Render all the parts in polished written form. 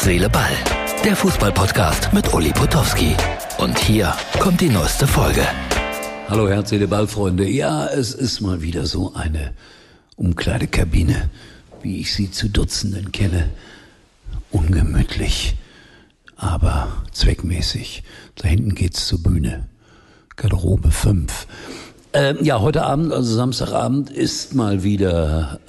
Seele, Ball. Der Fußball-Podcast mit Uli Potowski. Und hier kommt die neueste Folge. Hallo Herz, Seele, Ball, Freunde. Ja, es ist mal wieder so eine Umkleidekabine, wie ich sie zu Dutzenden kenne. Ungemütlich, aber zweckmäßig. Da hinten geht's zur Bühne. Garderobe 5. Heute Abend, also Samstagabend, ist mal wieder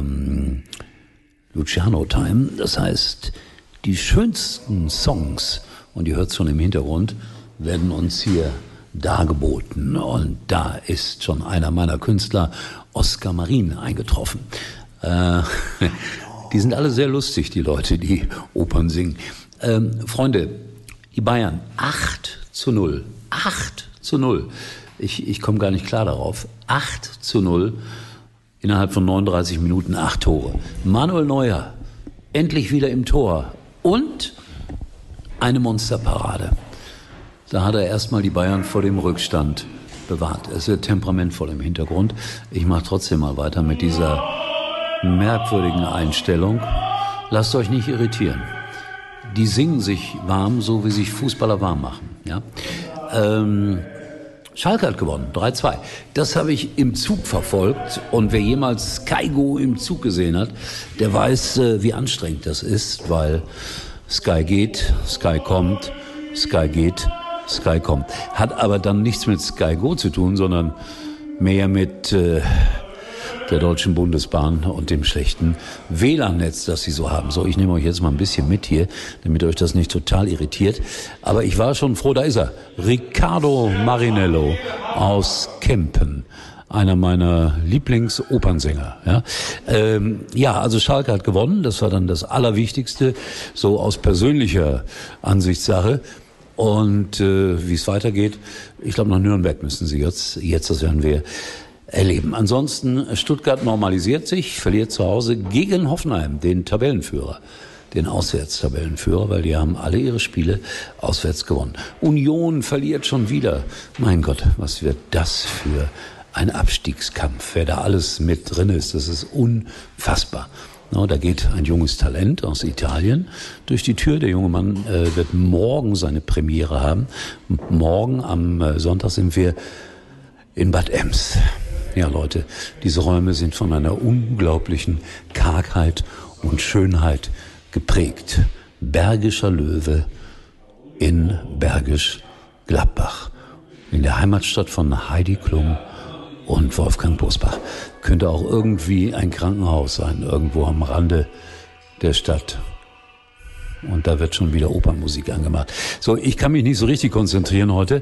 Luciano-Time. Das heißt, die schönsten Songs, und ihr hört es schon im Hintergrund, werden uns hier dargeboten. Und da ist schon einer meiner Künstler, Oskar Marin, eingetroffen. Die sind alle sehr lustig, die Leute, die Opern singen. Freunde, die Bayern, 8-0. 8-0. Ich komme gar nicht klar darauf. 8-0. Innerhalb von 39 Minuten 8 Tore. Manuel Neuer, endlich wieder im Tor. Und eine Monsterparade. Da hat er erstmal die Bayern vor dem Rückstand bewahrt. Es wird temperamentvoll im Hintergrund. Ich mache trotzdem mal weiter mit dieser merkwürdigen Einstellung. Lasst euch nicht irritieren. Die singen sich warm, so wie sich Fußballer warm machen. Ja? Schalke hat gewonnen, 3-2. Das habe ich im Zug verfolgt. Und wer jemals Sky Go im Zug gesehen hat, der weiß, wie anstrengend das ist, weil Sky geht, Sky kommt, Sky geht, Sky kommt. Hat aber dann nichts mit Sky Go zu tun, sondern mehr mit der Deutschen Bundesbahn und dem schlechten WLAN-Netz, das sie so haben. So, ich nehme euch jetzt mal ein bisschen mit hier, damit euch das nicht total irritiert. Aber ich war schon froh, da ist er. Riccardo Marinello aus Kempen. Einer meiner Lieblingsopernsänger. Ja, also Schalke hat gewonnen. Das war dann das Allerwichtigste, so aus persönlicher Ansichtssache. Und wie es weitergeht, ich glaube, nach Nürnberg müssen sie jetzt das werden wir erleben. Ansonsten, Stuttgart normalisiert sich, verliert zu Hause gegen Hoffenheim, den Tabellenführer, den Auswärtstabellenführer, weil die haben alle ihre Spiele auswärts gewonnen. Union verliert schon wieder. Mein Gott, was wird das für ein Abstiegskampf, wer da alles mit drin ist, das ist unfassbar. No, da geht ein junges Talent aus Italien durch die Tür. Der junge Mann wird morgen seine Premiere haben. Morgen am Sonntag sind wir in Bad Ems. Ja, Leute, diese Räume sind von einer unglaublichen Kargheit und Schönheit geprägt. Bergischer Löwe in Bergisch Gladbach. In der Heimatstadt von Heidi Klum und Wolfgang Bosbach. Könnte auch irgendwie ein Krankenhaus sein, irgendwo am Rande der Stadt. Und da wird schon wieder Opernmusik angemacht. So, ich kann mich nicht so richtig konzentrieren heute,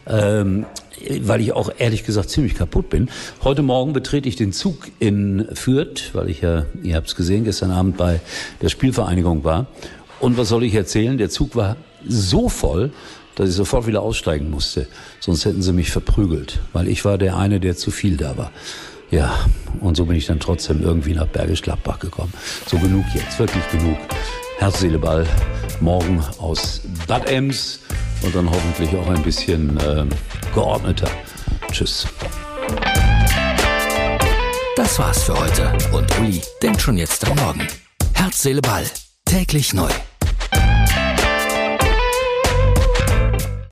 weil ich auch ehrlich gesagt ziemlich kaputt bin. Heute Morgen betrete ich den Zug in Fürth, weil ich ja, ihr habt es gesehen, gestern Abend bei der Spielvereinigung war. Und was soll ich erzählen? Der Zug war so voll, dass ich sofort wieder aussteigen musste. Sonst hätten sie mich verprügelt, weil ich war der eine, der zu viel da war. Ja, und so bin ich dann trotzdem irgendwie nach Bergisch Gladbach gekommen. So genug jetzt, wirklich genug. Herz, Seele, Ball, morgen aus Bad Ems und dann hoffentlich auch ein bisschen geordneter. Tschüss. Das war's für heute. Und Uli denkt schon jetzt am Morgen. Herz, Seele, Ball. Täglich neu.